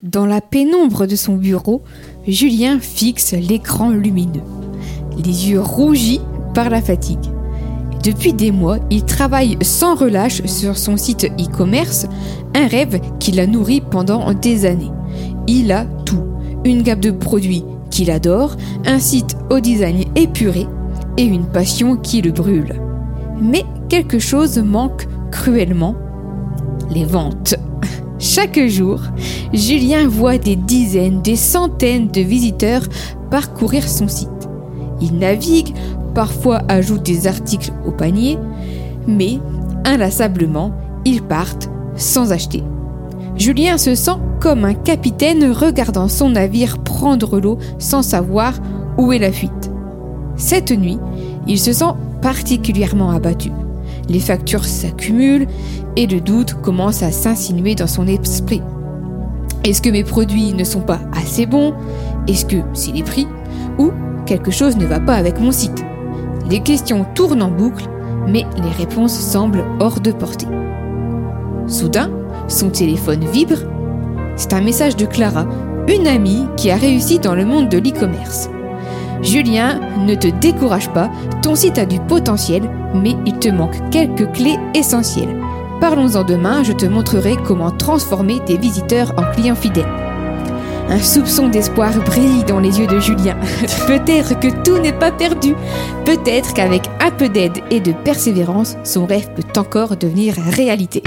Dans la pénombre de son bureau, Julien fixe l'écran lumineux, les yeux rougis par la fatigue. Depuis des mois, il travaille sans relâche sur son site e-commerce, un rêve qu'il a nourri pendant des années. Il a tout, une gamme de produits qu'il adore, un site au design épuré et une passion qui le brûle. Mais quelque chose manque cruellement, les ventes. Chaque jour, Julien voit des dizaines, des centaines de visiteurs parcourir son site. Il navigue, parfois ajoute des articles au panier, mais inlassablement, ils partent sans acheter. Julien se sent comme un capitaine regardant son navire prendre l'eau sans savoir où est la fuite. Cette nuit, il se sent particulièrement abattu. Les factures s'accumulent et le doute commence à s'insinuer dans son esprit. Est-ce que mes produits ne sont pas assez bons ? Est-ce que c'est les prix ? Ou quelque chose ne va pas avec mon site ? Les questions tournent en boucle, mais les réponses semblent hors de portée. Soudain, son téléphone vibre. C'est un message de Clara, une amie qui a réussi dans le monde de l'e-commerce. Julien, ne te décourage pas, ton site a du potentiel, mais il te manque quelques clés essentielles. Parlons-en demain, je te montrerai comment transformer tes visiteurs en clients fidèles. Un soupçon d'espoir brille dans les yeux de Julien. Peut-être que tout n'est pas perdu. Peut-être qu'avec un peu d'aide et de persévérance, son rêve peut encore devenir réalité.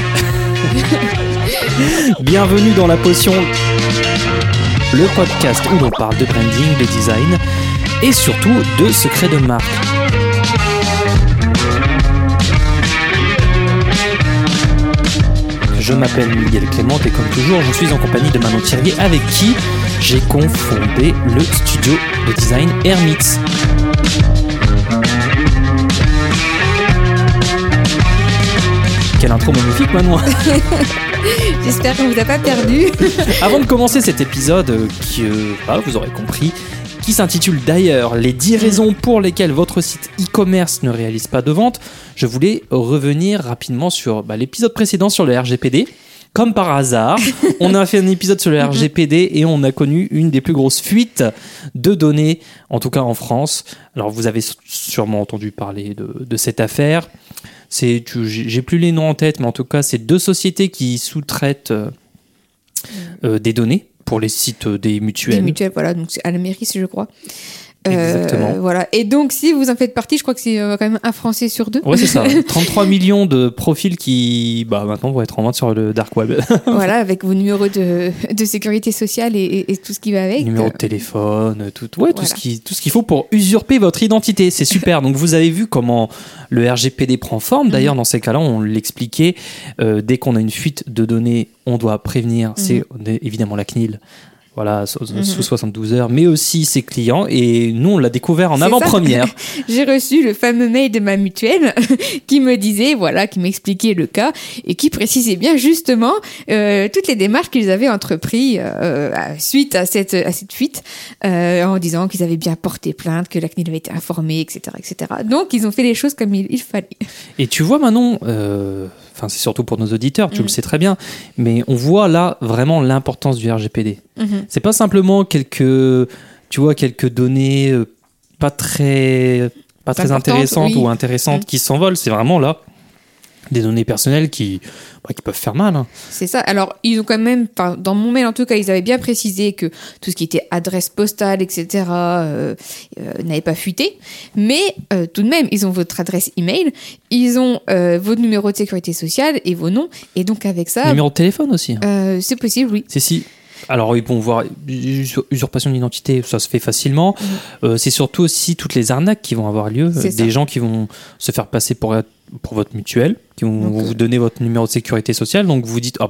Bienvenue dans La Potion, le podcast où l'on parle de branding, de design et surtout de secrets de marque. Je m'appelle Miguel Clément et comme toujours, je suis en compagnie de Manon Thierry avec qui j'ai cofondé le studio de design Hermits. Quelle intro magnifique, Manon. J'espère qu'on ne vous a pas perdu. Avant de commencer cet épisode, vous aurez compris, qui s'intitule d'ailleurs « Les 10 raisons pour lesquelles votre site e-commerce ne réalise pas de vente », je voulais revenir rapidement sur l'épisode précédent sur le RGPD. Comme par hasard, on a fait un épisode sur le RGPD et on a connu une des plus grosses fuites de données, en tout cas en France. Alors vous avez sûrement entendu parler de cette affaire. J'ai plus les noms en tête, mais en tout cas, c'est 2 sociétés qui sous-traitent des données pour les sites des mutuelles. Des mutuelles, voilà, donc c'est à la mairie, je crois. Exactement. Voilà. Et donc, si vous en faites partie, je crois que c'est quand même un Français sur 2. Oui, c'est ça. 33 millions de profils qui, maintenant, vont être en vente sur le dark web. Voilà, avec vos numéros de sécurité sociale et tout ce qui va avec. Numéro de téléphone, tout ce qu'il faut pour usurper votre identité. C'est super. Donc, vous avez vu comment le RGPD prend forme. D'ailleurs, dans ces cas-là, on l'expliquait. Dès qu'on a une fuite de données, on doit prévenir. C'est évidemment la CNIL. Voilà, sous 72 heures, mais aussi ses clients. Et nous, on l'a découvert en avant-première. J'ai reçu le fameux mail de ma mutuelle qui me disait, qui m'expliquait le cas et qui précisait bien justement toutes les démarches qu'ils avaient entreprises suite à cette fuite, en disant qu'ils avaient bien porté plainte, que la CNIL avait été informée, etc., etc. Donc, ils ont fait les choses comme il fallait. Et tu vois, Manon... c'est surtout pour nos auditeurs, tu le sais très bien, mais on voit là vraiment l'importance du RGPD. C'est pas simplement quelques données pas très intéressantes ou intéressantes qui s'envolent, c'est vraiment là des données personnelles qui peuvent faire mal. Hein. C'est ça. Alors, ils ont quand même, dans mon mail en tout cas, ils avaient bien précisé que tout ce qui était adresse postale, etc., n'avait pas fuité. Mais tout de même, ils ont votre adresse email, ils ont votre numéro de sécurité sociale et vos noms. Et donc, avec ça... Numéro de téléphone aussi. C'est possible, oui. Si. Alors, ils vont voir usurpation d'identité, ça se fait facilement. C'est surtout aussi toutes les arnaques qui vont avoir lieu. Des gens qui vont se faire passer pour votre mutuelle, qui vont vous donner votre numéro de sécurité sociale. Donc, vous vous dites,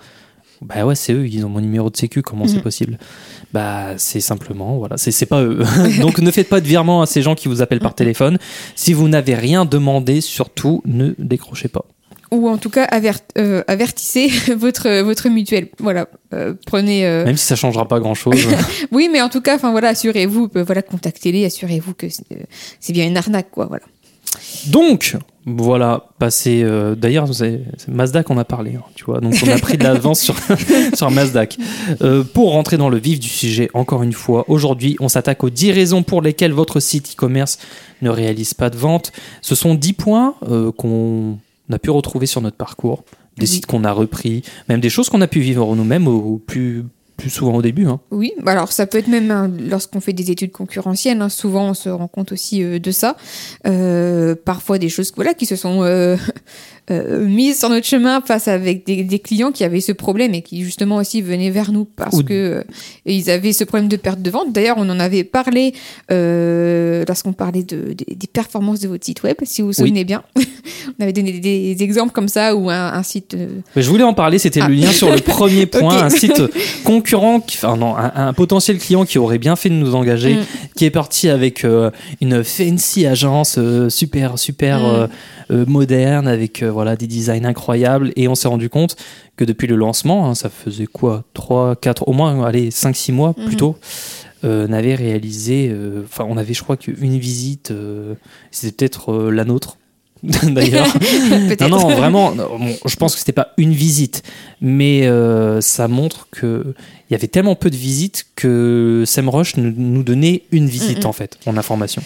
c'est eux, ils ont mon numéro de sécu, comment c'est possible ? C'est simplement, c'est pas eux. Donc, ne faites pas de virement à ces gens qui vous appellent par téléphone. Si vous n'avez rien demandé, surtout, ne décrochez pas. Ou en tout cas, avertissez votre mutuelle. Voilà, prenez... Même si ça changera pas grand-chose. Oui, mais en tout cas, contactez-les, assurez-vous que c'est bien une arnaque, quoi, voilà. Donc, Voilà, d'ailleurs c'est Mazda qu'on a parlé, hein, tu vois, donc on a pris de l'avance sur Mazda. Pour rentrer dans le vif du sujet, encore une fois, aujourd'hui on s'attaque aux 10 raisons pour lesquelles votre site e-commerce ne réalise pas de vente. Ce sont 10 points qu'on a pu retrouver sur notre parcours, des sites qu'on a repris, même des choses qu'on a pu vivre nous-mêmes au plus souvent au début. Hein. Oui, alors ça peut être même lorsqu'on fait des études concurrentielles, hein, souvent on se rend compte aussi de ça. Parfois des choses qui se sont mises sur notre chemin face avec des clients qui avaient ce problème et qui justement aussi venaient vers nous parce que ils avaient ce problème de perte de vente. D'ailleurs, on en avait parlé lorsqu'on parlait des performances de votre site web, si vous vous souvenez bien. On avait donné des exemples comme ça où un site... Je voulais en parler, c'était le lien sur le premier point, un site concurrent, un potentiel client qui aurait bien fait de nous engager, qui est parti avec une fancy agence super moderne, avec des designs incroyables, et on s'est rendu compte que depuis le lancement, ça faisait 3, 4, au moins 5-6 mois plutôt, on avait réalisé, on avait je crois qu'une visite, c'était peut-être la nôtre d'ailleurs. non, vraiment, je pense que c'était pas une visite, mais ça montre que il y avait tellement peu de visites que SEMrush nous donnait une visite en fait, en information.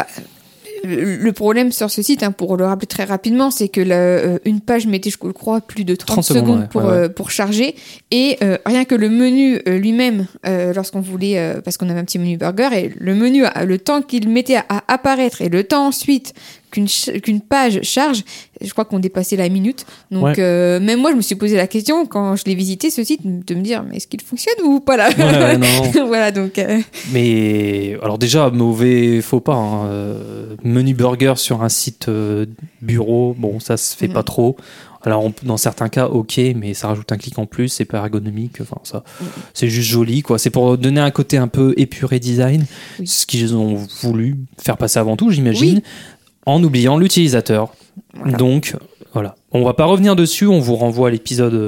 Le problème sur ce site, pour le rappeler très rapidement, c'est que une page mettait, je crois, plus de 30 secondes pour charger. Et rien que le menu lui-même, lorsqu'on voulait, parce qu'on avait un petit menu burger, et le menu, le temps qu'il mettait à apparaître et le temps ensuite qu'une page charge, je crois qu'on dépassait la minute. Donc même moi, je me suis posé la question quand je l'ai visité ce site, de me dire, mais est-ce qu'il fonctionne ou pas là ? Non. Voilà, donc. Mais alors déjà, mauvais faux pas. Hein. Menu burger sur un site bureau, bon, ça se fait pas trop. Alors dans certains cas, ok, mais ça rajoute un clic en plus, c'est pas ergonomique. Enfin, ça, c'est juste joli, quoi. C'est pour donner un côté un peu épuré design, ce qu'ils ont voulu faire passer avant tout, j'imagine. En oubliant l'utilisateur. Voilà. Donc, voilà. On va pas revenir dessus, on vous renvoie à l'épisode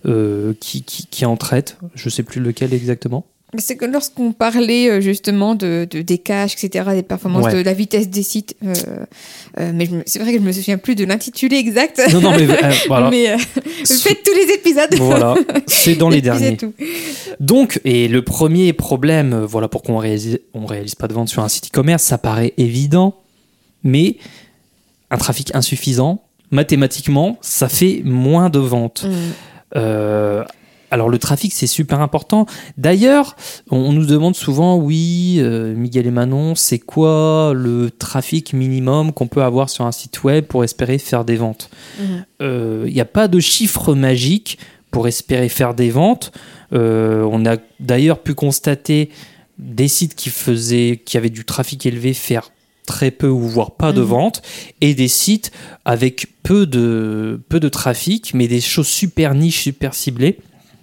qui en traite. Je sais plus lequel exactement. C'est que lorsqu'on parlait justement des caches, etc., des performances, de la vitesse des sites, mais c'est vrai que je me souviens plus de l'intitulé exact. Non, mais voilà. Mais faites tous les épisodes. Voilà, c'est dans les derniers. Tout. Donc, et le premier problème, pourquoi on réalise pas de vente sur un site e-commerce, ça paraît évident, mais un trafic insuffisant, mathématiquement, ça fait moins de ventes. Alors le trafic, c'est super important. D'ailleurs, on nous demande souvent, Miguel et Manon, c'est quoi le trafic minimum qu'on peut avoir sur un site web pour espérer faire des ventes ? Il n'y a pas de chiffre magique pour espérer faire des ventes. On a d'ailleurs pu constater des sites qui avaient du trafic élevé faire très peu ou voire pas de ventes, et des sites avec peu de trafic, mais des choses super niches, super ciblées,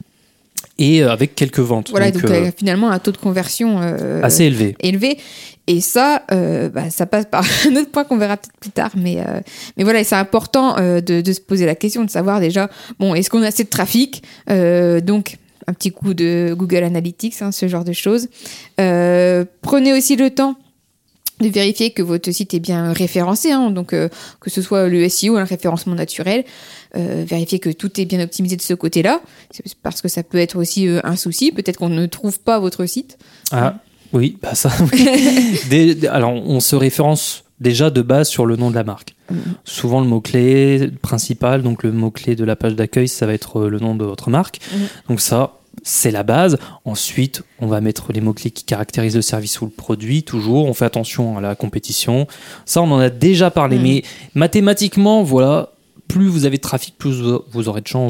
et avec quelques ventes. Voilà, donc finalement un taux de conversion assez élevé. Et ça, ça passe par un autre point qu'on verra peut-être plus tard, mais voilà, c'est important de se poser la question, de savoir déjà, est-ce qu'on a assez de trafic ? Donc un petit coup de Google Analytics, ce genre de choses. Prenez aussi le temps de vérifier que votre site est bien référencé, donc que ce soit le SEO, le référencement naturel, vérifier que tout est bien optimisé de ce côté-là, parce que ça peut être aussi un souci, peut-être qu'on ne trouve pas votre site. Oui, ça. Alors, on se référence déjà de base sur le nom de la marque. Souvent, le mot-clé principal, donc le mot-clé de la page d'accueil, ça va être le nom de votre marque. Donc ça, c'est la base. Ensuite, on va mettre les mots-clés qui caractérisent le service ou le produit. Toujours, on fait attention à la compétition. Ça, on en a déjà parlé. Mais mathématiquement, plus vous avez de trafic, plus vous aurez de chances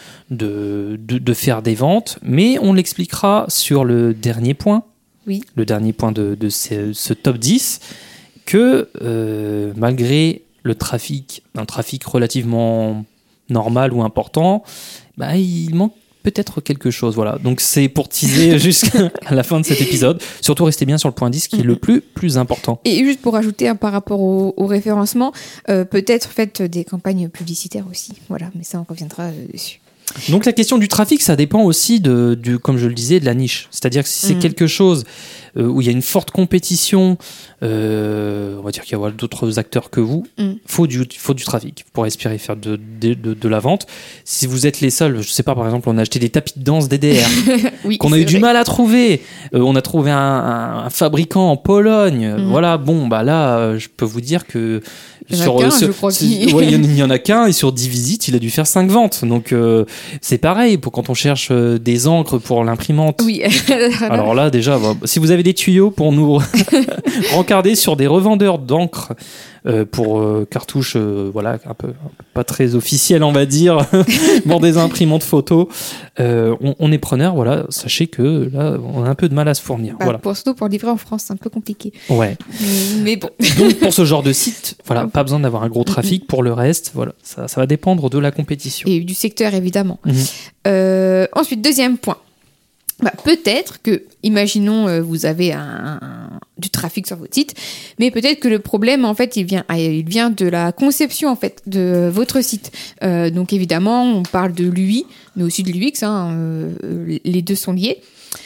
de faire des ventes. Mais on l'expliquera sur le dernier point. Oui. Le dernier point de ce top 10, que malgré un trafic relativement normal ou important, il manque peut-être quelque chose. Voilà. Donc c'est pour teaser jusqu'à la fin de cet épisode. Surtout restez bien sur le point 10 qui est le plus important. Et juste pour ajouter par rapport au référencement, peut-être faites des campagnes publicitaires aussi. Voilà, mais ça on reviendra dessus. Donc la question du trafic, ça dépend aussi comme je le disais, de la niche. C'est-à-dire que si c'est quelque chose où il y a une forte compétition, on va dire qu'il y a d'autres acteurs que vous, faut du trafic pour espérer faire de la vente. Si vous êtes les seuls, je sais pas, par exemple, on a acheté des tapis de danse DDR Oui, qu'on a eu du mal à trouver. On a trouvé un fabricant en Pologne. Voilà, bon, bah là, je peux vous dire que il y en a qu'un, et sur 10 visites, il a dû faire 5 ventes. Donc, c'est pareil quand on cherche des encres pour l'imprimante. Oui. Alors là, déjà, si vous avez des tuyaux pour nous rencarder sur des revendeurs d'encre pour cartouches, voilà, un peu pas très officielles, on va dire, pour des imprimantes photo, on est preneur. Voilà, sachez que là, on a un peu de mal à se fournir. Voilà. Surtout pour livrer en France, c'est un peu compliqué. Ouais. Mais bon. Donc pour ce genre de site, voilà, pas besoin d'avoir un gros trafic. Pour le reste, voilà, ça va dépendre de la compétition et du secteur, évidemment. Ensuite, deuxième point. Peut-être que, imaginons, vous avez du trafic sur votre site, mais peut-être que le problème, en fait, il vient de la conception, en fait, de votre site. Donc, évidemment, on parle de l'UI, mais aussi de l'UX, les deux sont liés.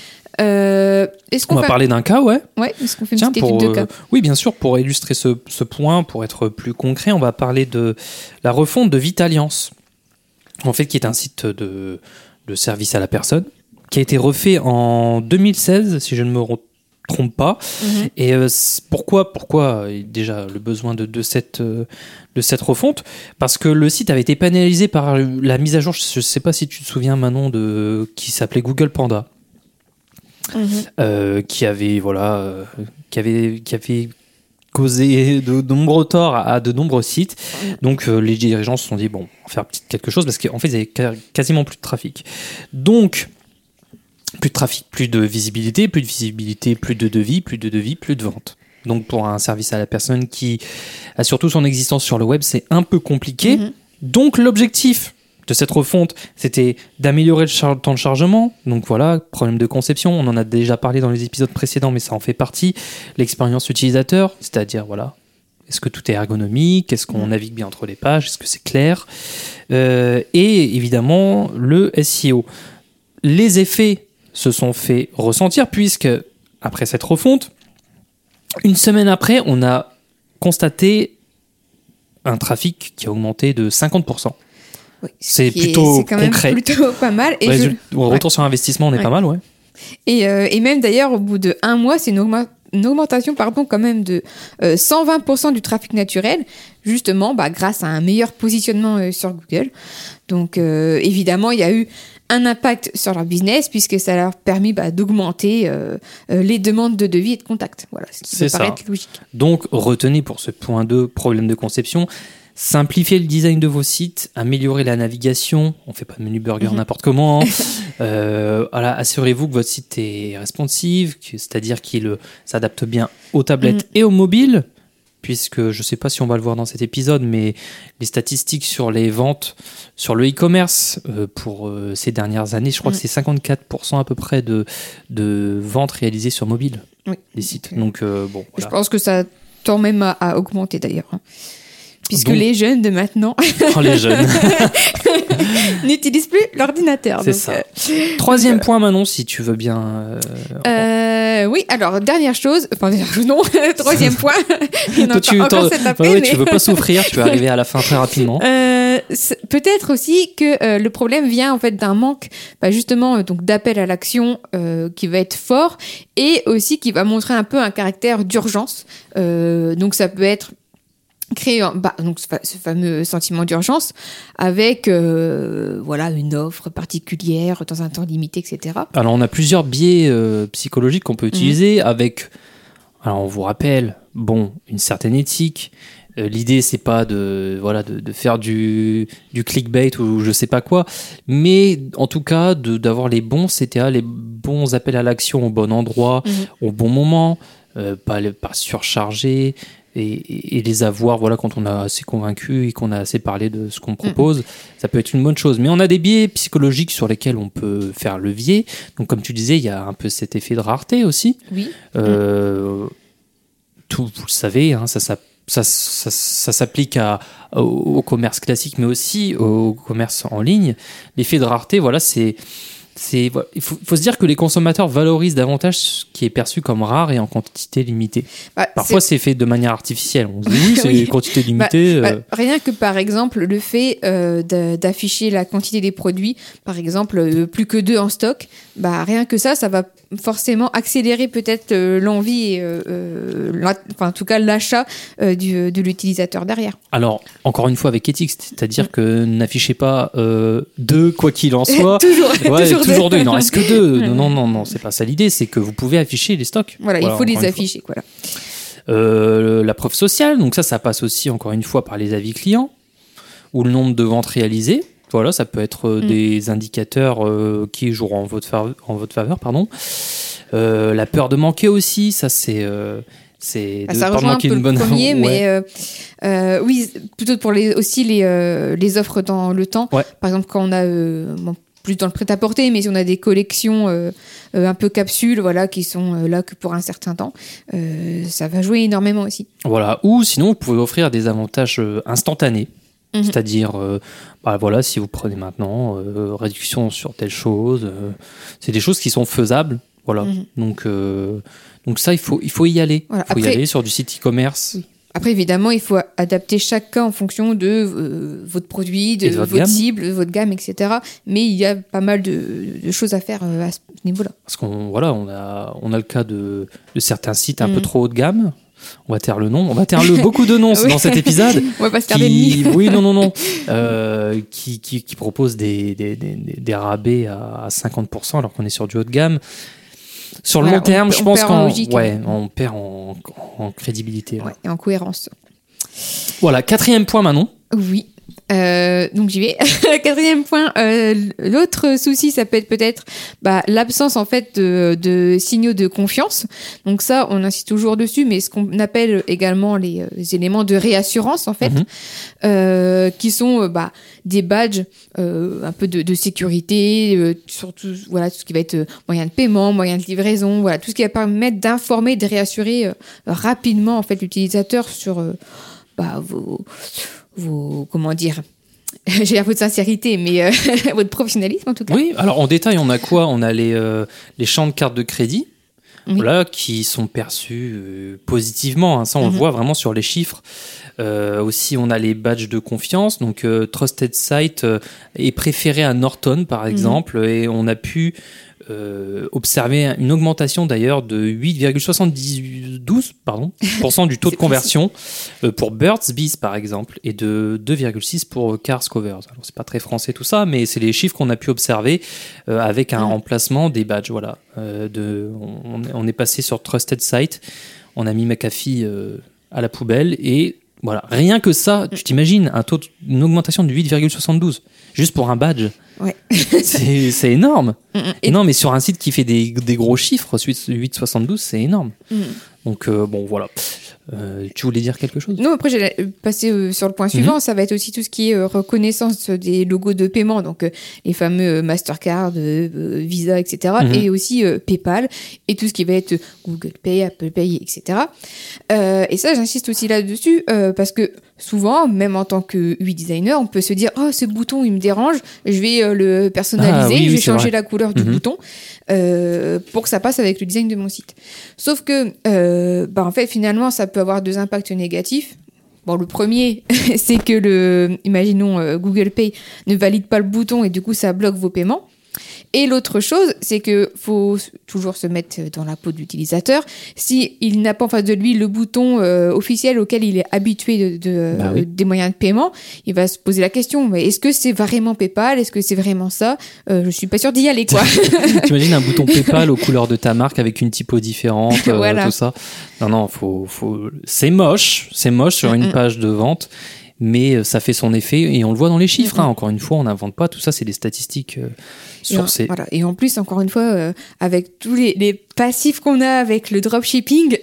On va parler d'un cas, ouais. Ouais, est-ce qu'on fait une petite étude de cas ? Oui, bien sûr, pour illustrer ce point, pour être plus concret, on va parler de la refonte de Vitaliance, en fait, qui est un site de service à la personne, qui a été refait en 2016, si je ne me trompe pas. Et pourquoi déjà le besoin de cette refonte ? Parce que le site avait été pénalisé par la mise à jour, je ne sais pas si tu te souviens, Manon, qui s'appelait Google Panda. Qui avait causé de nombreux torts à de nombreux sites. Donc les dirigeants se sont dit, bon, on va faire quelque chose, parce qu'en fait, ils avaient quasiment plus de trafic. Donc, plus de trafic, plus de visibilité, plus de devis, plus de ventes. Donc pour un service à la personne qui a surtout son existence sur le web, c'est un peu compliqué. Donc l'objectif de cette refonte, c'était d'améliorer le temps de chargement. Donc voilà, problème de conception, on en a déjà parlé dans les épisodes précédents, mais ça en fait partie. L'expérience utilisateur, c'est-à-dire voilà, est-ce que tout est ergonomique, est-ce qu'on navigue bien entre les pages, est-ce que c'est clair, et évidemment le SEO. Les effets se sont fait ressentir, puisque après cette refonte, une semaine après, on a constaté un trafic qui a augmenté de 50%. Oui, c'est plutôt quand même concret. Plutôt pas mal. Et retour sur investissement, on est pas mal, ouais. Et même d'ailleurs, au bout de 1 mois, c'est une augmentation quand même de 120% du trafic naturel, justement grâce à un meilleur positionnement sur Google. Donc évidemment, il y a eu un impact sur leur business, puisque ça leur a permis d'augmenter les demandes de devis et de contacts. Voilà, ce qui me paraît être logique. Donc retenez pour ce point 2, problème de conception, simplifier le design de vos sites, améliorer la navigation, on fait pas de menu burger n'importe comment. Voilà, assurez-vous que votre site est responsive, c'est-à-dire qu'il s'adapte bien aux tablettes et aux mobiles, puisque je sais pas si on va le voir dans cet épisode, mais les statistiques sur les ventes, sur le e-commerce pour ces dernières années, je crois que c'est 54% à peu près de ventes réalisées sur mobile, les sites. Donc bon, voilà. Je pense que ça tend même à augmenter d'ailleurs. Puisque les jeunes de maintenant les jeunes n'utilisent plus l'ordinateur. C'est ça. Troisième point, Manon, si tu veux bien. Oui, alors dernière chose, troisième point. Il y en a tu veux pas souffrir, tu vas arriver à la fin très rapidement. Peut-être aussi que le problème vient en fait d'un manque, justement, donc d'appel à l'action qui va être fort, et aussi qui va montrer un peu un caractère d'urgence. Donc ça peut être créer donc ce fameux sentiment d'urgence avec une offre particulière dans un temps limité, etc. Alors on a plusieurs biais psychologiques qu'on peut utiliser avec, alors on vous rappelle, une certaine éthique. L'idée c'est pas de faire du clickbait ou je sais pas quoi, mais en tout cas d'avoir les bons CTA, les bons appels à l'action au bon endroit, au bon moment, pas surcharger. Et les avoir, quand on a assez convaincu et qu'on a assez parlé de ce qu'on propose, ça peut être une bonne chose. Mais on a des biais psychologiques sur lesquels on peut faire levier. Donc, comme tu disais, il y a un peu cet effet de rareté aussi. Oui. Vous le savez, ça s'applique au commerce classique, mais aussi au commerce en ligne. L'effet de rareté, c'est il faut se dire que les consommateurs valorisent davantage ce qui est perçu comme rare et en quantité limitée. Parfois, c'est fait de manière artificielle. On se dit oui, c'est une quantité limitée. Rien que par exemple, le fait d'afficher la quantité des produits, par exemple, plus que 2 en stock, rien que ça va forcément accélérer peut-être l'envie et en tout cas l'achat de l'utilisateur derrière. Alors, encore une fois avec éthique, c'est-à-dire que n'affichez pas 2 quoi qu'il en soit. toujours 2. Il n'en reste que 2. Non, c'est pas ça l'idée, c'est que vous pouvez afficher les stocks. Voilà, il faut les afficher. Voilà. La preuve sociale, donc ça passe aussi encore une fois par les avis clients ou le nombre de ventes réalisées. Voilà, ça peut être des indicateurs qui joueront en votre faveur. La peur de manquer aussi, ça c'est ça rejoint un peu le premier, mais oui, plutôt pour les offres dans le temps. Ouais. Par exemple, quand on a plus dans le prêt-à-porter, mais si on a des collections un peu capsules, voilà, qui sont là que pour un certain temps, ça va jouer énormément aussi. Voilà, ou sinon vous pouvez offrir des avantages instantanés. C'est-à-dire, voilà, si vous prenez maintenant réduction sur telle chose, c'est des choses qui sont faisables, voilà. Donc ça, il faut y aller. Voilà. Il faut y aller sur du site e-commerce. Oui. Après, évidemment, il faut adapter chaque cas en fonction de votre produit, de votre cible, de votre gamme, etc. Mais il y a pas mal de choses à faire à ce niveau-là. Parce qu'on on a le cas de certains sites un peu trop haut de gamme. On va taire le nom, beaucoup de noms dans cet épisode. On va pas se faire d'ennemis. Oui, non. Qui proposent des rabais à 50% alors qu'on est sur du haut de gamme. Sur le long terme, je pense on perd en crédibilité. Ouais, et en cohérence. Voilà, 4e point, Manon. Oui. Donc j'y vais. 4e point, l'autre souci, ça peut être peut-être l'absence en fait de signaux de confiance. Donc ça, on insiste toujours dessus, mais ce qu'on appelle également les éléments de réassurance en fait, qui sont des badges un peu de sécurité, surtout voilà tout ce qui va être moyen de paiement, moyen de livraison, voilà tout ce qui va permettre d'informer, de réassurer rapidement en fait l'utilisateur sur vos comment dire, j'ai dire votre sincérité, mais votre professionnalisme en tout cas. Oui, alors en détail, on a quoi ? On a les champs de cartes de crédit, voilà, qui sont perçus positivement, hein, ça on le voit vraiment sur les chiffres. Aussi, on a les badges de confiance, donc Trusted Site est préféré à Norton par exemple, et on a pu observer une augmentation d'ailleurs de 8,72% du taux de conversion pour Burt's Bees par exemple, et de 2,6% pour Cars Covers. Alors c'est pas très français tout ça, mais c'est les chiffres qu'on a pu observer avec un remplacement des badges. Voilà, on est passé sur Trusted Site, on a mis McAfee à la poubelle et voilà, rien que ça, tu t'imagines une augmentation de 8,72 juste pour un badge. Ouais. c'est énorme. Non, mais sur un site qui fait des gros chiffres, 8,72, c'est énorme. Donc voilà. Tu voulais dire quelque chose ? Non, après j'ai passé sur le point suivant. Ça va être aussi tout ce qui est reconnaissance des logos de paiement, donc les fameux Mastercard, Visa, etc. Et aussi PayPal et tout ce qui va être Google Pay, Apple Pay, etc. Et ça, j'insiste aussi là-dessus parce que souvent, même en tant que UI designer, on peut se dire ce bouton il me dérange, je vais le personnaliser, je vais changer la couleur du bouton pour que ça passe avec le design de mon site. Sauf que en fait finalement ça peut avoir 2 impacts négatifs. Bon, le premier, c'est que imaginons Google Pay ne valide pas le bouton et du coup ça bloque vos paiements. Et l'autre chose, c'est que faut toujours se mettre dans la peau de l'utilisateur. Si il n'a pas en face de lui le bouton officiel auquel il est habitué des moyens de paiement, il va se poser la question, mais est-ce que c'est vraiment PayPal ? Est-ce que c'est vraiment ça ? Je suis pas sûre d'y aller, quoi. Tu imagines un bouton PayPal aux couleurs de ta marque avec une typo différente, voilà. Tout ça. Non, c'est moche sur une page de vente. Mais ça fait son effet et on le voit dans les chiffres. Encore une fois, on n'invente pas tout ça, c'est des statistiques sourcées. Et en plus, encore une fois, avec tous les passifs qu'on a avec le dropshipping,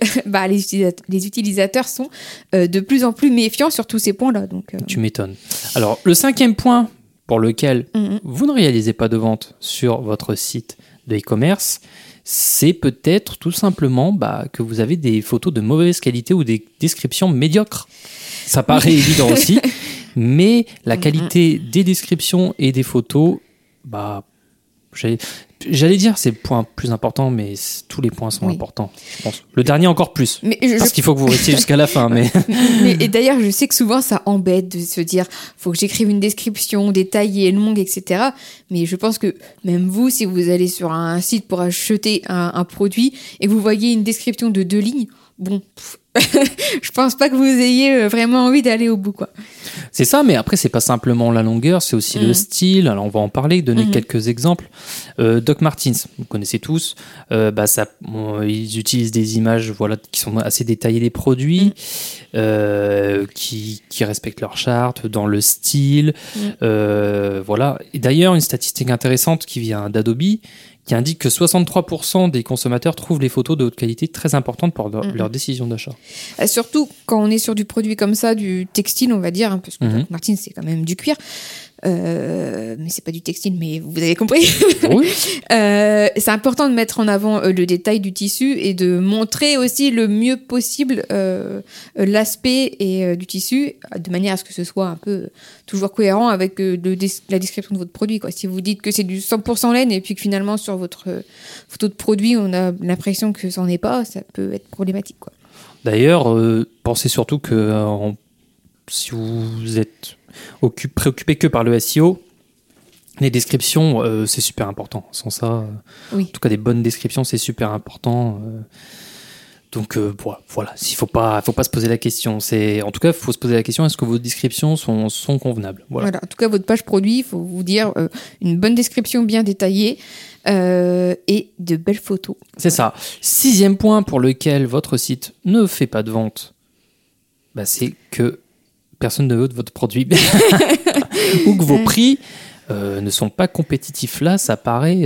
les utilisateurs sont de plus en plus méfiants sur tous ces points-là. Donc, Tu m'étonnes. Alors, le 5e point pour lequel vous ne réalisez pas de vente sur votre site de e-commerce, c'est peut-être tout simplement que vous avez des photos de mauvaise qualité ou des descriptions médiocres. Ça paraît évident aussi, mais la qualité des descriptions et des photos, J'allais dire c'est le point plus important, mais tous les points sont importants, je pense. Le dernier encore plus, parce qu'il faut que vous restiez jusqu'à la fin. Et d'ailleurs, je sais que souvent ça embête de se dire faut que j'écrive une description détaillée, longue, etc. Mais je pense que même vous, si vous allez sur un site pour acheter un produit et que vous voyez une description de 2 lignes, bon... je pense pas que vous ayez vraiment envie d'aller au bout, quoi. C'est ça, mais après c'est pas simplement la longueur, c'est aussi le style. Alors on va en parler, donner quelques exemples. Doc Martens, vous connaissez tous. Ils utilisent des images, voilà, qui sont assez détaillées des produits, qui respectent leur charte dans le style. Voilà. Et d'ailleurs, une statistique intéressante qui vient d'Adobe, qui indique que 63% des consommateurs trouvent les photos de haute qualité très importantes pour leur décision d'achat. Surtout quand on est sur du produit comme ça, du textile, on va dire, hein, parce que Doc Martens, c'est quand même du cuir. Mais c'est pas du textile, mais vous avez compris. Oui. C'est important de mettre en avant le détail du tissu et de montrer aussi le mieux possible l'aspect du tissu, de manière à ce que ce soit un peu toujours cohérent avec la description de votre produit, quoi. Si vous dites que c'est du 100% laine et puis que finalement sur votre photo de produit on a l'impression que ça n'en est pas, ça peut être problématique, quoi. D'ailleurs, pensez surtout que si vous êtes préoccupé que par le SEO, les descriptions, c'est super important. Sans ça, en tout cas des bonnes descriptions, c'est super important. Donc voilà, il faut pas se poser la question. En tout cas, il faut se poser la question, est-ce que vos descriptions sont convenables? Voilà. En tout cas, votre page produit, il faut vous dire une bonne description bien détaillée et de belles photos. C'est ça. 6e point pour lequel votre site ne fait pas de vente, c'est que personne ne veut de votre produit ou que vos prix ne sont pas compétitifs. Là, ça paraît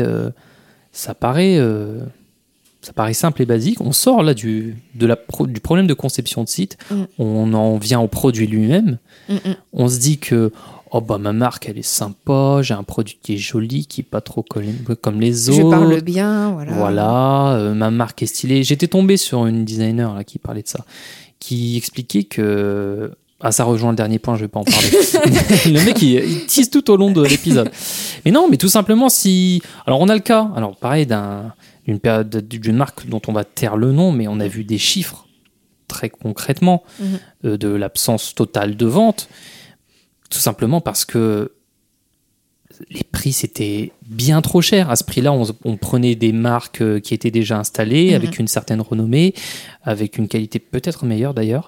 simple et basique. On sort là du problème de conception de site. On en vient au produit lui-même. On se dit que ma marque elle est sympa, j'ai un produit qui est joli, qui est pas trop comme les autres. Je parle bien, voilà. Ma marque est stylée. J'étais tombé sur une designer là qui parlait de ça, qui expliquait que ça rejoint le dernier point, je vais pas en parler. Le mec, il tease tout au long de l'épisode. Mais non, mais tout simplement, alors on a le cas, alors pareil, d'une marque dont on va taire le nom, mais on a vu des chiffres très concrètement de l'absence totale de vente, tout simplement parce que les prix c'était bien trop cher. À ce prix-là, on prenait des marques qui étaient déjà installées, avec une certaine renommée, avec une qualité peut-être meilleure d'ailleurs.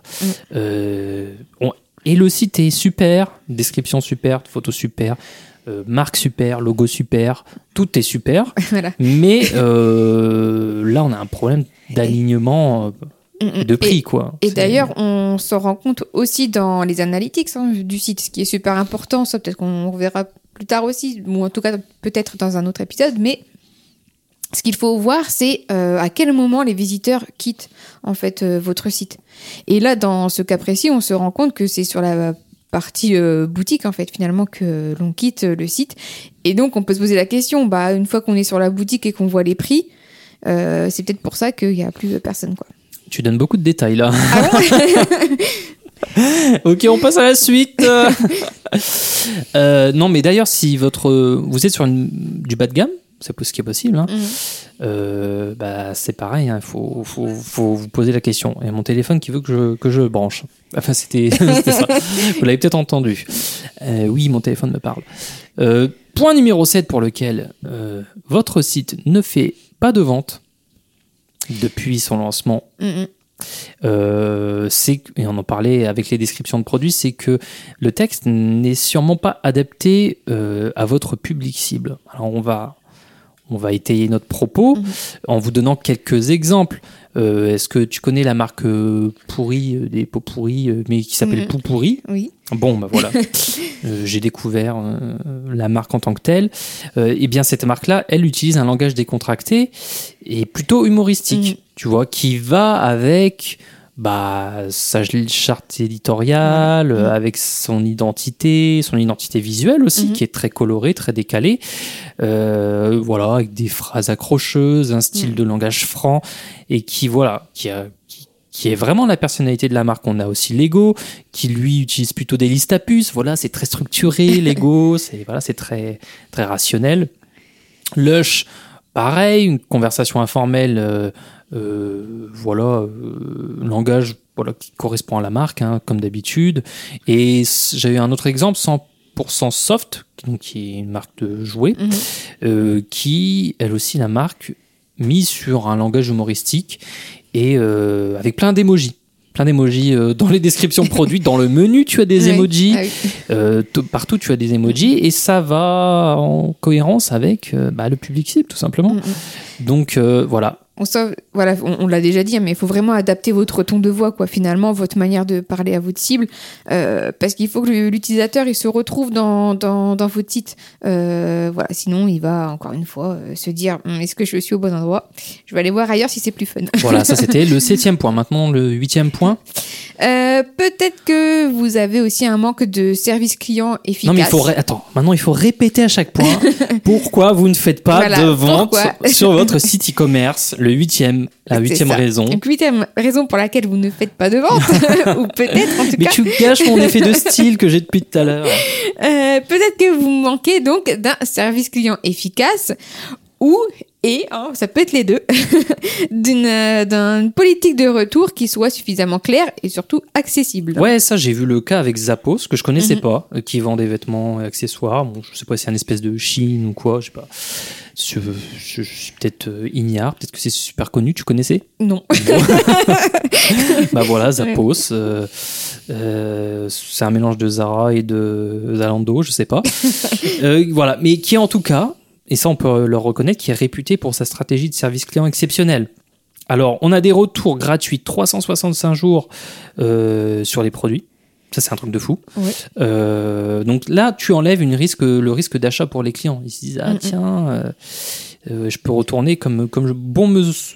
Et le site est super, description super, photo super, marque super, logo super, tout est super. Voilà. Mais là, on a un problème d'alignement. De prix, quoi. Et d'ailleurs, on s'en rend compte aussi dans les analytics du site, ce qui est super important. Ça, peut-être qu'on reverra plus tard aussi, ou en tout cas peut-être dans un autre épisode. Mais ce qu'il faut voir, c'est à quel moment les visiteurs quittent en fait votre site. Et là, dans ce cas précis, on se rend compte que c'est sur la partie boutique en fait finalement que l'on quitte le site. Et donc, on peut se poser la question. Une fois qu'on est sur la boutique et qu'on voit les prix, c'est peut-être pour ça qu'il y a plus personne, quoi. Tu donnes beaucoup de détails là. Ah bon. Ok, on passe à la suite. Non, mais d'ailleurs, si vous êtes sur du bas de gamme, c'est ce qui est possible. C'est pareil. Il faut vous poser la question. Il y a mon téléphone qui veut que je branche. Enfin, c'était ça. Vous l'avez peut-être entendu. Oui, mon téléphone me parle. Point numéro 7 pour lequel votre site ne fait pas de vente depuis son lancement, et on en parlait avec les descriptions de produits, c'est que le texte n'est sûrement pas adapté à votre public cible. Alors on va étayer notre propos en vous donnant quelques exemples. Est-ce que tu connais la marque pourrie, des pots pourris, mais qui s'appelle Pou Pourri? Oui. Bon, voilà. J'ai découvert la marque en tant que telle. Eh bien, cette marque-là, elle utilise un langage décontracté et plutôt humoristique, tu vois, qui va avec sa charte éditoriale, avec son identité visuelle aussi, qui est très colorée, très décalée. Voilà, avec des phrases accrocheuses, un style de langage franc, et qui est vraiment la personnalité de la marque. On a aussi Lego, qui lui utilise plutôt des listes à puces. Voilà, c'est très structuré, Lego, c'est très, très rationnel. Lush, pareil, une conversation informelle, langage qui correspond à la marque, hein, comme d'habitude. Et j'ai eu un autre exemple, 100% Soft, qui est une marque de jouets, qui, elle aussi, la marque, mise sur un langage humoristique et avec plein d'émojis. Dans les descriptions de produits, dans le menu tu as des emojis, partout tu as des emojis et ça va en cohérence avec le public cible tout simplement. Donc voilà. On l'a déjà dit, mais il faut vraiment adapter votre ton de voix, quoi, finalement, votre manière de parler à votre cible, parce qu'il faut que l'utilisateur il se retrouve dans votre site. Sinon, il va encore une fois se dire est-ce que je suis au bon endroit ? Je vais aller voir ailleurs si c'est plus fun. Voilà, ça c'était le 7e point. Maintenant, le 8e point. Peut-être que vous avez aussi un manque de service client efficace. Non, mais maintenant il faut répéter à chaque point pourquoi vous ne faites pas de vente sur votre site e-commerce. La 8e raison. Donc, 8e raison pour laquelle vous ne faites pas de vente, ou peut-être en tout cas. Mais tu gâches mon effet de style que j'ai depuis tout à l'heure. Peut-être que vous manquez donc d'un service client efficace ça peut être les deux, d'une politique de retour qui soit suffisamment claire et surtout accessible. Ouais, ça j'ai vu le cas avec Zappos, que je connaissais pas, qui vend des vêtements et accessoires. Bon, je sais pas si c'est un espèce de Chine ou quoi, je sais pas. Je suis peut-être ignare, peut-être que c'est super connu, tu connaissais ? Non. Voilà, Zappos, c'est un mélange de Zara et de Zalando, je sais pas. Voilà, mais qui en tout cas, et ça on peut le reconnaître, qui est réputé pour sa stratégie de service client exceptionnelle. Alors, on a des retours gratuits 365 jours sur les produits. Ça, c'est un truc de fou. Ouais. Donc là, tu enlèves le risque d'achat pour les clients. Ils se disent, je peux retourner comme bon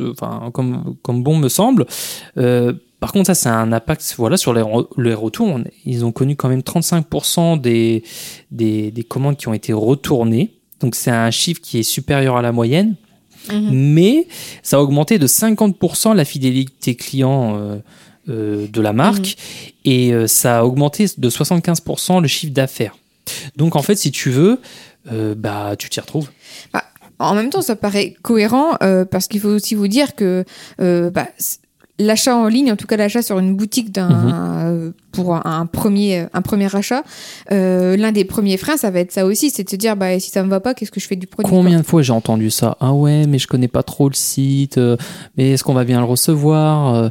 me semble. Par contre, ça, c'est un impact sur les retours. Ils ont connu quand même 35% des commandes qui ont été retournées. Donc, c'est un chiffre qui est supérieur à la moyenne. Mais ça a augmenté de 50% la fidélité client de la marque et ça a augmenté de 75% le chiffre d'affaires. Donc, en fait, si tu veux, tu t'y retrouves. En même temps, ça paraît cohérent parce qu'il faut aussi vous dire que l'achat en ligne, en tout cas l'achat sur une boutique pour un premier achat, l'un des premiers freins, ça va être ça aussi, c'est de se dire si ça me va pas, qu'est-ce que je fais du produit ? Combien de fois j'ai entendu ça ? Ah ouais, mais je connais pas trop le site, mais est-ce qu'on va bien le recevoir ?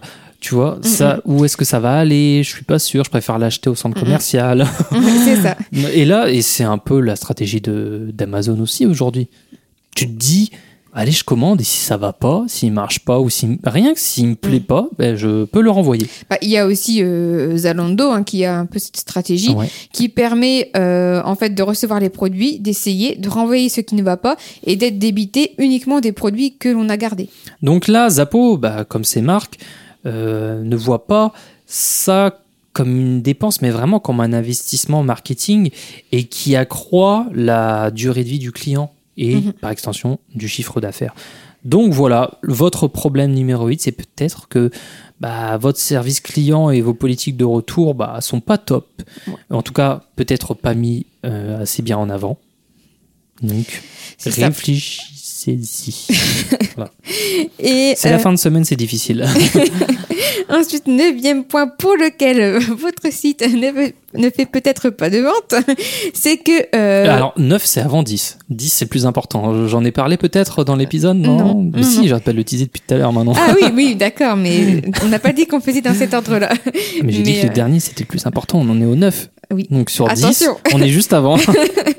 Tu vois, ça, où est-ce que ça va aller ? Je suis pas sûr, je préfère l'acheter au centre commercial. C'est ça. Et c'est un peu la stratégie d'Amazon aussi aujourd'hui. Tu te dis, allez, je commande et si ça va pas, s'il marche pas ou rien que s'il me plaît pas, je peux le renvoyer. Il y a aussi Zalando qui a un peu cette stratégie qui permet en fait de recevoir les produits, d'essayer, de renvoyer ce qui ne va pas et d'être débité uniquement des produits que l'on a gardés. Donc là, Zappos, comme ces marques, ne voit pas ça comme une dépense, mais vraiment comme un investissement marketing et qui accroît la durée de vie du client et par extension du chiffre d'affaires. Donc voilà, votre problème numéro 8, c'est peut-être que votre service client et vos politiques de retour sont pas top. Ouais. En tout cas, peut-être pas mis assez bien en avant. Donc, réfléchissez-y. Voilà. Et c'est la fin de semaine, c'est difficile. Ensuite, 9e point pour lequel votre site ne fait peut-être pas de vente, c'est que... Alors, 9, c'est avant 10. 10, c'est le plus important. J'en ai parlé peut-être dans l'épisode, non mais si, j'arrête pas de le teaser depuis tout à l'heure maintenant. Ah oui, d'accord, mais on n'a pas dit qu'on faisait dans cet ordre-là. Mais j'ai dit que le dernier, c'était le plus important. On en est au 9. Oui. Donc sur Attention. 10, on est juste avant. Donc,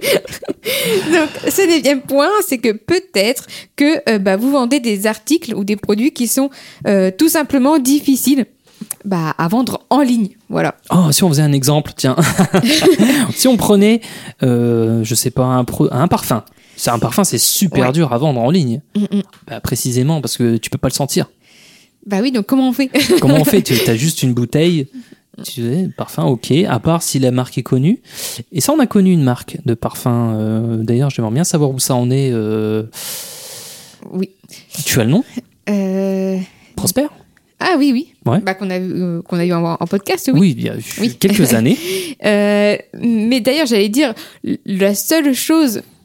ce 9e point, c'est que peut-être que vous vendez des articles ou des produits qui sont tout simplement difficiles à vendre en ligne. Voilà. Oh, si on faisait un exemple, tiens. Si on prenait, je sais pas, un parfum. Un parfum, c'est super dur à vendre en ligne. Précisément parce que tu peux pas le sentir. Oui, donc comment on fait ? Comment on fait ? Tu as juste une bouteille. Tu sais, parfum, ok, à part si la marque est connue. Et ça, on a connu une marque de parfum. D'ailleurs, j'aimerais bien savoir où ça en est. Oui. Tu as le nom ? Prosper ? Ah oui. Ouais. Qu'on a eu en podcast, oui. Oui, il y a quelques années. Mais d'ailleurs, j'allais dire, la seule chose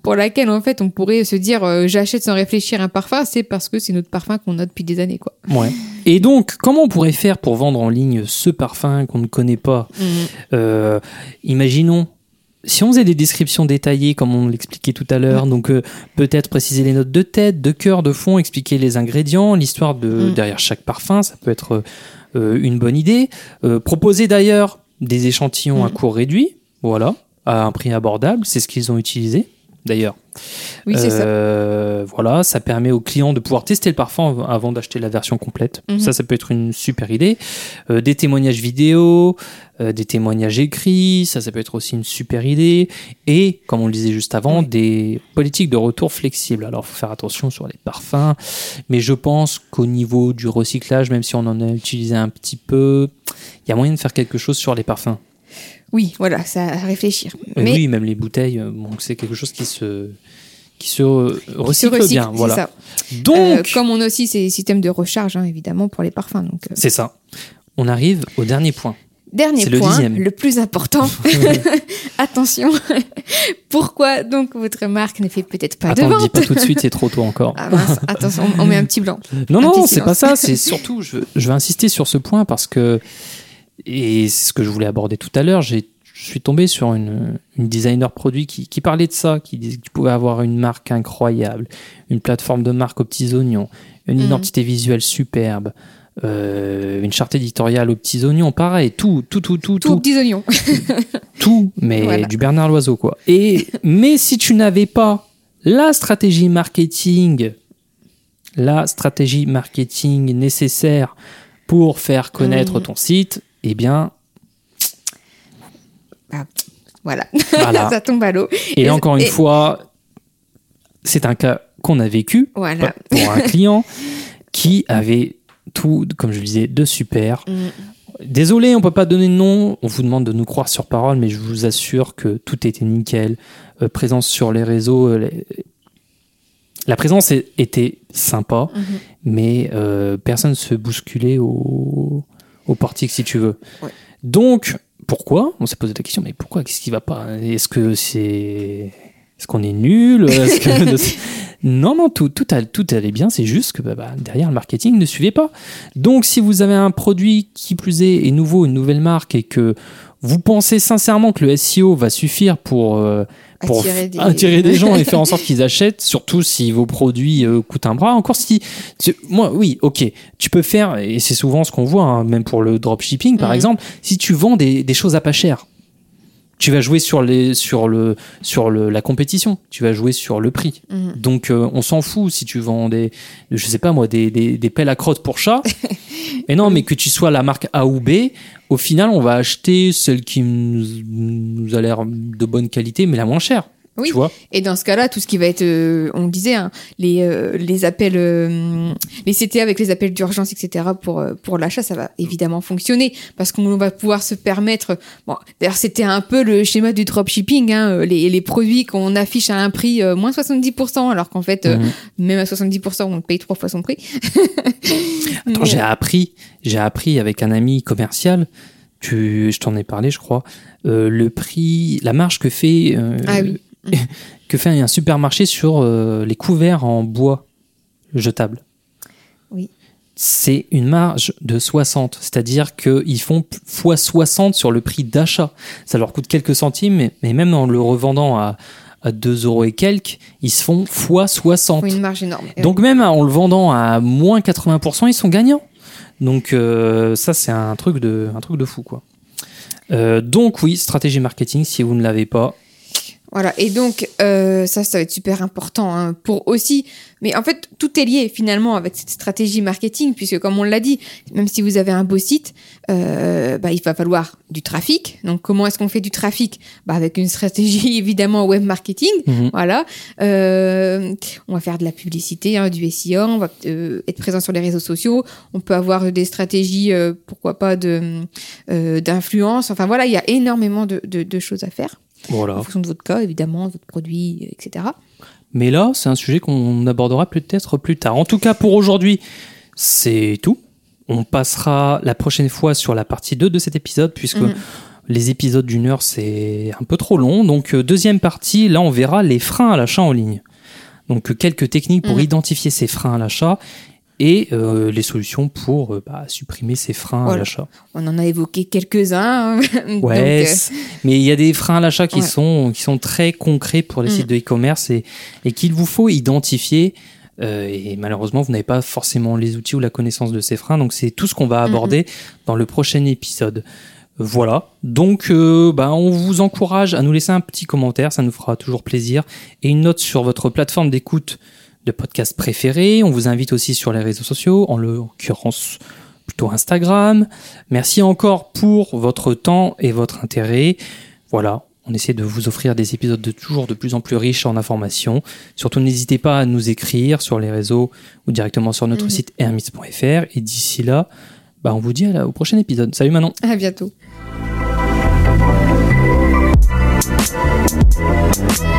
pour laquelle en fait on pourrait se dire j'achète sans réfléchir un parfum, c'est parce que c'est notre parfum qu'on a depuis des années, quoi. Ouais. Et donc, comment on pourrait faire pour vendre en ligne ce parfum qu'on ne connaît pas? Imaginons, si on faisait des descriptions détaillées, comme on l'expliquait tout à l'heure, donc peut-être préciser les notes de tête, de cœur, de fond, expliquer les ingrédients, l'histoire derrière chaque parfum, ça peut être une bonne idée. Proposer d'ailleurs des échantillons à cours réduit, voilà, à un prix abordable, c'est ce qu'ils ont utilisé d'ailleurs. Oui, c'est ça. Voilà, ça permet aux clients de pouvoir tester le parfum avant d'acheter la version complète. Ça peut être une super idée. Des témoignages vidéo, des témoignages écrits, ça peut être aussi une super idée. Et, comme on le disait juste avant, des politiques de retour flexibles. Alors, il faut faire attention sur les parfums, mais je pense qu'au niveau du recyclage, même si on en a utilisé un petit peu, il y a moyen de faire quelque chose sur les parfums. Oui, voilà, ça à réfléchir. Mais oui, même les bouteilles, c'est quelque chose qui se recycle bien. Voilà. Ça. Donc, comme on a aussi ces systèmes de recharge, évidemment, pour les parfums. Donc, c'est ça. On arrive au dernier point. Dernier point, le plus important. Attention. Pourquoi donc votre marque ne fait peut-être pas de vente? Attends, dis pas tout de suite, c'est trop tôt encore. Ah mince, attention, on met un petit blanc. Non, c'est pas ça. C'est surtout, je vais insister sur ce point parce que, et c'est ce que je voulais aborder tout à l'heure, je suis tombé sur une designer produit qui parlait de ça, qui disait que tu pouvais avoir une marque incroyable, une plateforme de marque aux petits oignons, une identité visuelle superbe, une charte éditoriale aux petits oignons, pareil, tout aux petits oignons. Tout, mais voilà. Du Bernard Loiseau, quoi. Mais si tu n'avais pas la stratégie marketing nécessaire pour faire connaître ton site, eh bien, voilà. Ça tombe à l'eau. Et encore une fois, c'est un cas qu'on a vécu pour un client qui avait tout, comme je le disais, de super. Désolé, on ne peut pas donner de nom. On vous demande de nous croire sur parole, mais je vous assure que tout était nickel. Présence sur les réseaux. La présence était sympa, mais personne ne se bousculait au portique, si tu veux. Ouais. Donc, pourquoi? On s'est posé la question, mais pourquoi? Qu'est-ce qui ne va pas? Est-ce qu'on est nul? Non, tout allait bien, c'est juste que derrière, le marketing ne suivait pas. Donc, si vous avez un produit qui plus est nouveau, une nouvelle marque, et que vous pensez sincèrement que le SEO va suffire pour attirer des gens et faire en sorte qu'ils achètent, surtout si vos produits coûtent un bras. Encore si... Moi, oui, ok, tu peux faire, et c'est souvent ce qu'on voit, même pour le dropshipping, par exemple, si tu vends des choses à pas cher, tu vas jouer sur la compétition, tu vas jouer sur le prix. Donc, on s'en fout si tu vends des pelles à crottes pour chat. Mais non, mais que tu sois la marque A ou B, au final, on va acheter celle qui nous a l'air de bonne qualité, mais la moins chère. Oui. Tu vois. Et dans ce cas-là, tout ce qui va être, on disait, les appels, les CTA avec les appels d'urgence, etc. pour l'achat, ça va évidemment fonctionner parce qu'on va pouvoir se permettre. Bon, d'ailleurs, c'était un peu le schéma du dropshipping, les produits qu'on affiche à un prix moins 70%, alors qu'en fait, même à 70%, on paye 3 fois son prix. Attends, j'ai appris avec un ami commercial. Je t'en ai parlé, je crois. Le prix, la marge que fait. Que fait un supermarché sur les couverts en bois jetable. Oui. C'est une marge de 60, c'est-à-dire qu'ils font x 60 sur le prix d'achat. Ça leur coûte quelques centimes, mais même en le revendant à 2 € et quelques, ils se font x 60. Une marge énorme. Donc même en le vendant à moins 80%, ils sont gagnants. Donc ça, c'est un truc de fou, quoi. Donc oui, stratégie marketing, si vous ne l'avez pas. Voilà, et donc ça va être super important pour aussi... Mais en fait, tout est lié finalement avec cette stratégie marketing, puisque comme on l'a dit, même si vous avez un beau site, il va falloir du trafic. Donc comment est-ce qu'on fait du trafic? Avec une stratégie évidemment web marketing. Voilà. On va faire de la publicité, du SEO, on va être présent sur les réseaux sociaux, on peut avoir des stratégies, pourquoi pas, d'influence. Enfin voilà, il y a énormément de choses à faire. Voilà. En fonction de votre cas, évidemment, votre produit, etc. Mais là, c'est un sujet qu'on abordera peut-être plus tard. En tout cas, pour aujourd'hui, c'est tout. On passera la prochaine fois sur la partie 2 de cet épisode, puisque les épisodes d'1 heure, c'est un peu trop long. Donc, deuxième partie, là, on verra les freins à l'achat en ligne. Donc, quelques techniques pour identifier ces freins à l'achat et les solutions pour supprimer ces freins à l'achat. On en a évoqué quelques-uns. Ouais, mais il y a des freins à l'achat qui sont très concrets pour les sites de e-commerce et qu'il vous faut identifier. Et malheureusement, vous n'avez pas forcément les outils ou la connaissance de ces freins. Donc, c'est tout ce qu'on va aborder dans le prochain épisode. Voilà. Donc, on vous encourage à nous laisser un petit commentaire. Ça nous fera toujours plaisir. Et une note sur votre plateforme d'écoute de podcast préférée. On vous invite aussi sur les réseaux sociaux, en l'occurrence plutôt Instagram. Merci encore pour votre temps et votre intérêt. Voilà. On essaie de vous offrir des épisodes toujours de plus en plus riches en informations. Surtout, n'hésitez pas à nous écrire sur les réseaux ou directement sur notre site hermits.fr. Et d'ici là, on vous dit au prochain épisode. Salut Manon. À bientôt.